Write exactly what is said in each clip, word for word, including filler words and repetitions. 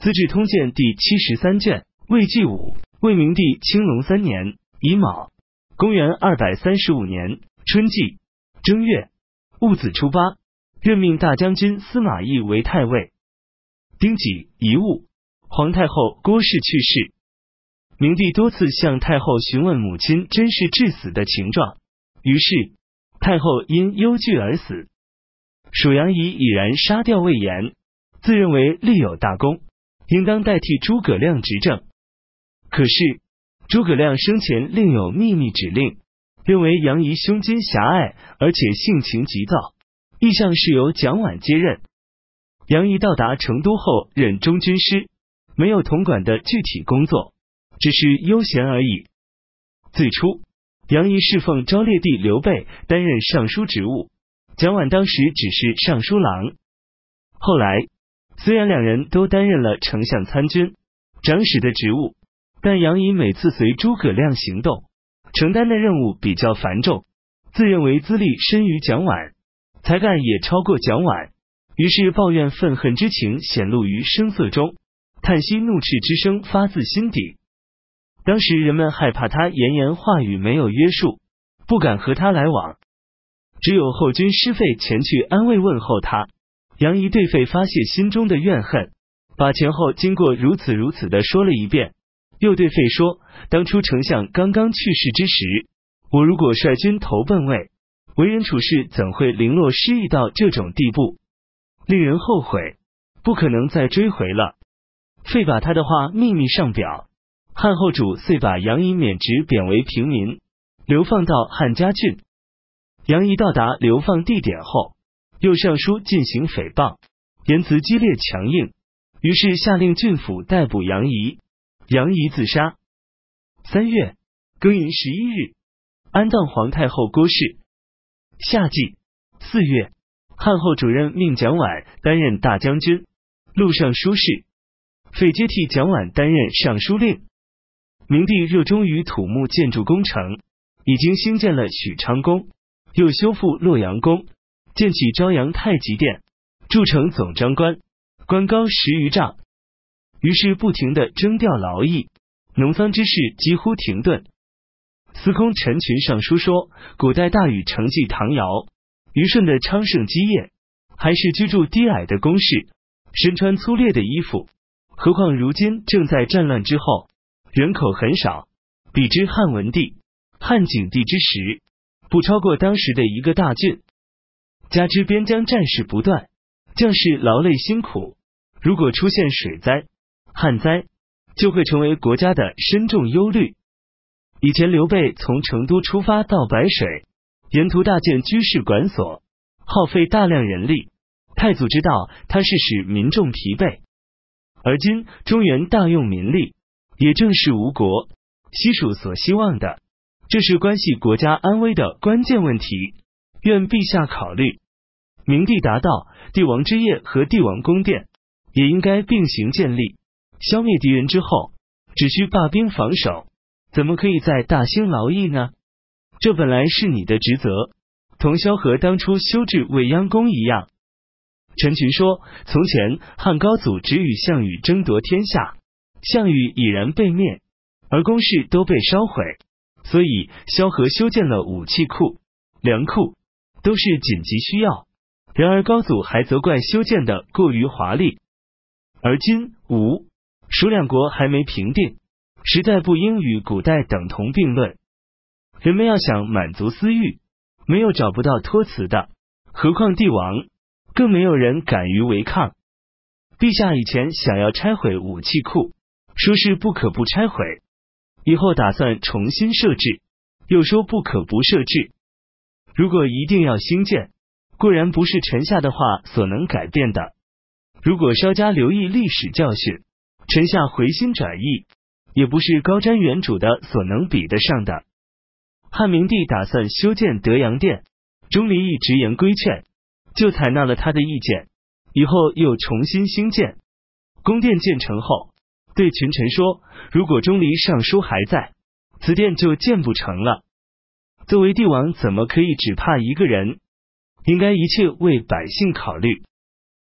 资治通鉴》第七十三卷，魏纪武，魏明帝青龙三年乙卯，公元二百三十五年春季正月戊子初八，任命大将军司马懿为太尉。丁己乙戊，皇太后郭氏去世。明帝多次向太后询问母亲真是致死的情状，于是太后因忧惧而死。属杨仪已然杀掉魏延，自认为立有大功，应当代替诸葛亮执政。可是诸葛亮生前另有秘密指令，认为杨仪胸襟狭隘，而且性情急躁，意向是由蒋琬接任。杨仪到达成都后任中军师，没有统管的具体工作，只是悠闲而已。最初杨仪侍奉昭烈帝刘备，担任尚书职务，蒋琬当时只是尚书郎。后来虽然两人都担任了丞相参军、长史的职务，但杨仪每次随诸葛亮行动，承担的任务比较繁重，自认为资历深于蒋琬，才干也超过蒋琬，于是抱怨愤恨之情显露于声色中，叹息怒斥之声发自心底。当时人们害怕他言言话语没有约束，不敢和他来往，只有后军师费前去安慰问候他。杨仪对费发泄心中的怨恨，把前后经过如此如此的说了一遍，又对费说，当初丞相刚刚去世之时，我如果率军投奔魏，为人处事怎会零落失意到这种地步，令人后悔，不可能再追回了。费把他的话秘密上表，汉后主遂把杨仪免职，贬为平民，流放到汉家郡。杨仪到达流放地点后，又上书进行诽谤，言辞激烈强硬，于是下令郡府逮捕杨仪，杨仪自杀。三月庚寅十一日，安葬皇太后郭氏。夏季四月，汉后主任命蒋琬担任大将军、录尚书事，费接替蒋琬担任尚书令。明帝热衷于土木建筑工程，已经兴建了许昌宫，又修复洛阳宫，建起昭阳太极殿，筑成总章关，关高十余丈。于是不停地征调劳役，农桑之事几乎停顿。司空陈群上书说，古代大禹承继唐尧、虞舜的昌盛基业，还是居住低矮的宫室，身穿粗劣的衣服，何况如今正在战乱之后，人口很少，比之汉文帝、汉景帝之时，不超过当时的一个大郡。加之边疆战事不断，将士劳累辛苦，如果出现水灾、旱灾，就会成为国家的深重忧虑。以前刘备从成都出发到白水，沿途大建居士馆所，耗费大量人力，太祖知道他是使民众疲惫。而今中原大用民力，也正是吴国、西蜀所希望的，这是关系国家安危的关键问题，愿陛下考虑。明帝答道，帝王之业和帝王宫殿也应该并行建立，消灭敌人之后，只需罢兵防守，怎么可以在大兴劳役呢？这本来是你的职责，同萧何当初修治未央宫一样。陈群说，从前汉高祖只与项羽争夺天下，项羽已然被灭，而宫室都被烧毁，所以萧何修建了武器库、粮库，都是紧急需要。然而高祖还责怪修建的过于华丽，而今吴、蜀两国还没平定，实在不应与古代等同并论。人们要想满足私欲，没有找不到托辞的，何况帝王，更没有人敢于违抗。陛下以前想要拆毁武器库，说是不可不拆毁，以后打算重新设置，又说不可不设置。如果一定要兴建，固然不是臣下的话所能改变的。如果稍加留意历史教训，臣下回心转意，也不是高瞻远瞩的所能比得上的。汉明帝打算修建德阳殿，钟离义直言规劝，就采纳了他的意见，以后又重新兴建。宫殿建成后，对群臣说，如果钟离尚书还在，此殿就建不成了。作为帝王，怎么可以只怕一个人？应该一切为百姓考虑。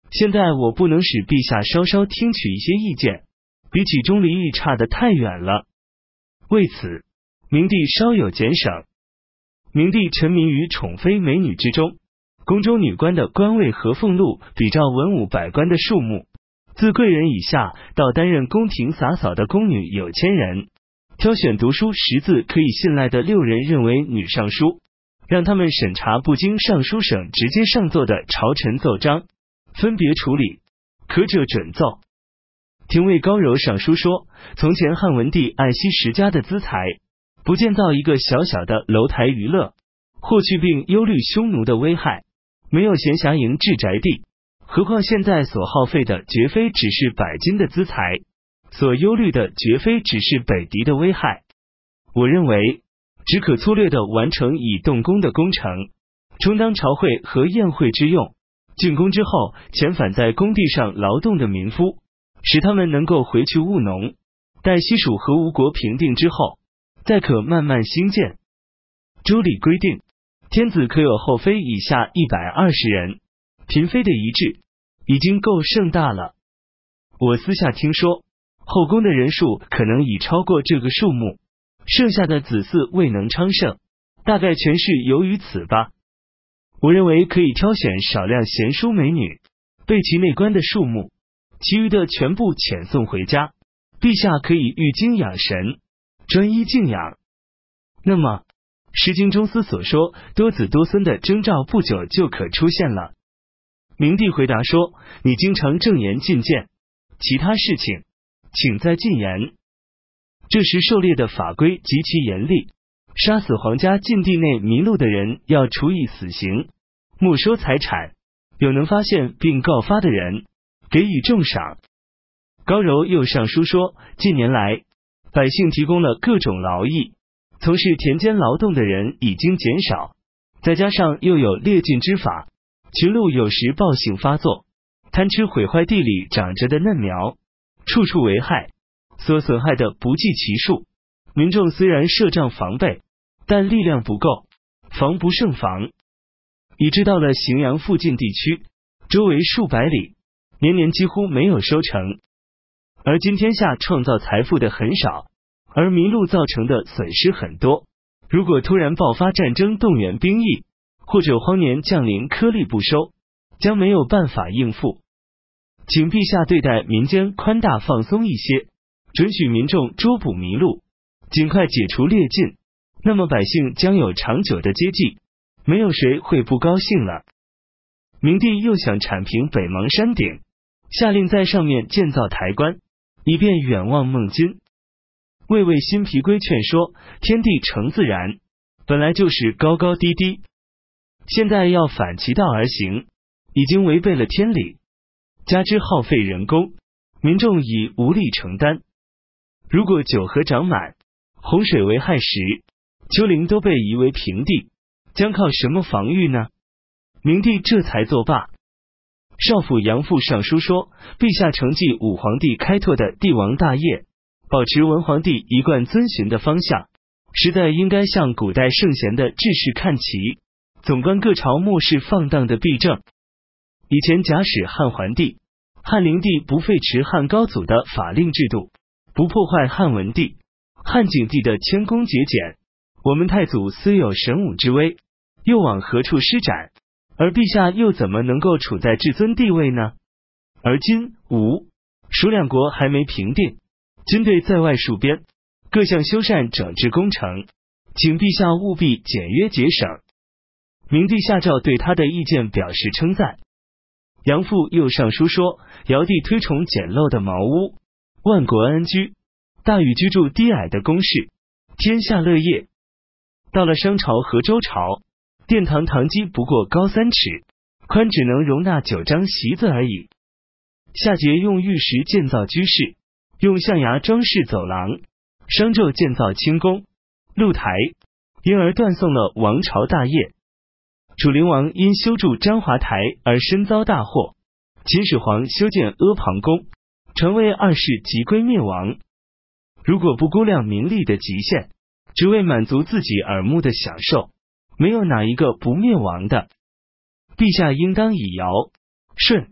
现在我不能使陛下稍稍听取一些意见，比起钟离义差得太远了。为此，明帝稍有减省。明帝沉迷于宠妃美女之中，宫中女官的官位和俸禄比照文武百官的数目，自贵人以下到担任宫廷洒扫的宫女有千人，挑选读书识字可以信赖的六人任为女尚书，让他们审查不经尚书省直接上奏的朝臣奏章，分别处理，可者准奏。廷尉高柔上书说，从前汉文帝爱惜十家的资财，不建造一个小小的楼台娱乐，或去并忧虑匈奴的危害，没有闲暇营置宅地，何况现在所耗费的绝非只是百金的资财，所忧虑的绝非只是北敌的危害。我认为只可粗略地完成已动工的工程，充当朝会和宴会之用，竣工之后遣返在工地上劳动的民夫，使他们能够回去务农，待西蜀和吴国平定之后，再可慢慢兴建。周礼规定，天子可有后妃以下一百二十人，嫔妃的一制已经够盛大了。我私下听说，后宫的人数可能已超过这个数目，剩下的子嗣未能昌盛，大概全是由于此吧。我认为可以挑选少量贤淑美女，备其内官的数目，其余的全部遣送回家，陛下可以育精养神，专一敬仰。那么诗经中司所说多子多孙的征兆不久就可出现了。明帝回答说，你经常正言进谏，其他事情请再进言。这时狩猎的法规极其严厉，杀死皇家禁地内迷路的人要处以死刑，没收财产，有能发现并告发的人给予重赏。高柔又上书说，近年来百姓提供了各种劳役，从事田间劳动的人已经减少，再加上又有猎尽之法，群鹿有时暴性发作，贪吃毁坏地里长着的嫩苗，处处为害，所损害的不计其数。民众虽然设帐防备，但力量不够，防不胜防，以致到了荥阳附近地区，周围数百里，年年几乎没有收成。而今天下创造财富的很少，而迷路造成的损失很多。如果突然爆发战争，动员兵役，或者荒年降临颗粒不收，将没有办法应付。请陛下对待民间宽大放松一些，准许民众捉捕迷路，尽快解除劣禁，那么百姓将有长久的接济，没有谁会不高兴了。明帝又想铲平北邙山顶，下令在上面建造台观，以便远望孟津。魏魏新皮规劝说，天地诚自然，本来就是高高低低，现在要反其道而行，已经违背了天理，加之耗费人工，民众已无力承担。如果九河涨满，洪水为害时，丘陵都被夷为平地，将靠什么防御呢？明帝这才作罢。少府杨父上书说，陛下承继武皇帝开拓的帝王大业，保持文皇帝一贯遵循的方向，实在应该向古代圣贤的志士看齐，总观各朝末世放荡的弊政。以前假使汉桓帝、汉灵帝不废除汉高祖的法令制度，不破坏汉文帝、汉景帝的谦恭节俭，我们太祖虽有神武之威，又往何处施展？而陛下又怎么能够处在至尊地位呢？而今吴、蜀两国还没平定，军队在外戍边，各项修缮整治工程，请陛下务必简约节省。明帝下诏对他的意见表示称赞。杨父又上书说，尧帝推崇简陋的茅屋，万国安居，大禹居住低矮的宫室，天下乐业。到了商朝和周朝，殿堂堂基不过高三尺，宽只能容纳九张席子而已。夏桀用玉石建造居室，用象牙装饰走廊，商纣建造清宫、露台，因而断送了王朝大业。楚灵王因修筑章华台而身遭大祸，秦始皇修建阿房宫，传位二世即归灭亡。如果不估量名利的极限，只为满足自己耳目的享受，没有哪一个不灭亡的。陛下应当以尧、舜、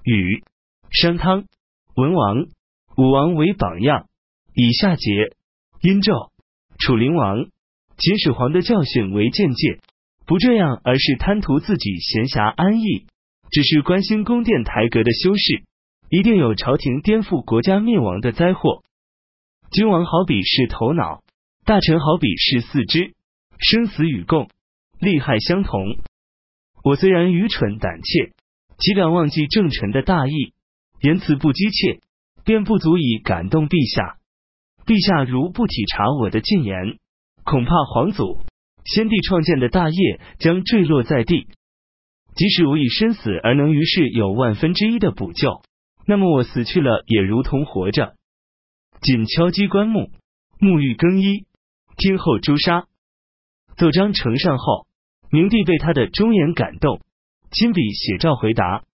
禹、商汤、文王、武王为榜样，以夏桀、殷纣、楚灵王、秦始皇的教训为鉴戒，不这样，而是贪图自己闲暇安逸，只是关心宫殿台阁的修饰，一定有朝廷颠覆国家灭亡的灾祸。君王好比是头脑，大臣好比是四肢，生死与共，利害相同。我虽然愚蠢胆怯，岂敢忘记正臣的大义？言辞不机切，便不足以感动陛下。陛下如不体察我的进言，恐怕皇祖、先帝创建的大业将坠落在地。即使我以身死而能于世有万分之一的补救，那么我死去了也如同活着。仅敲击棺木，沐浴更衣，听候诛杀。奏章呈上后，明帝被他的忠言感动，亲笔写诏回答。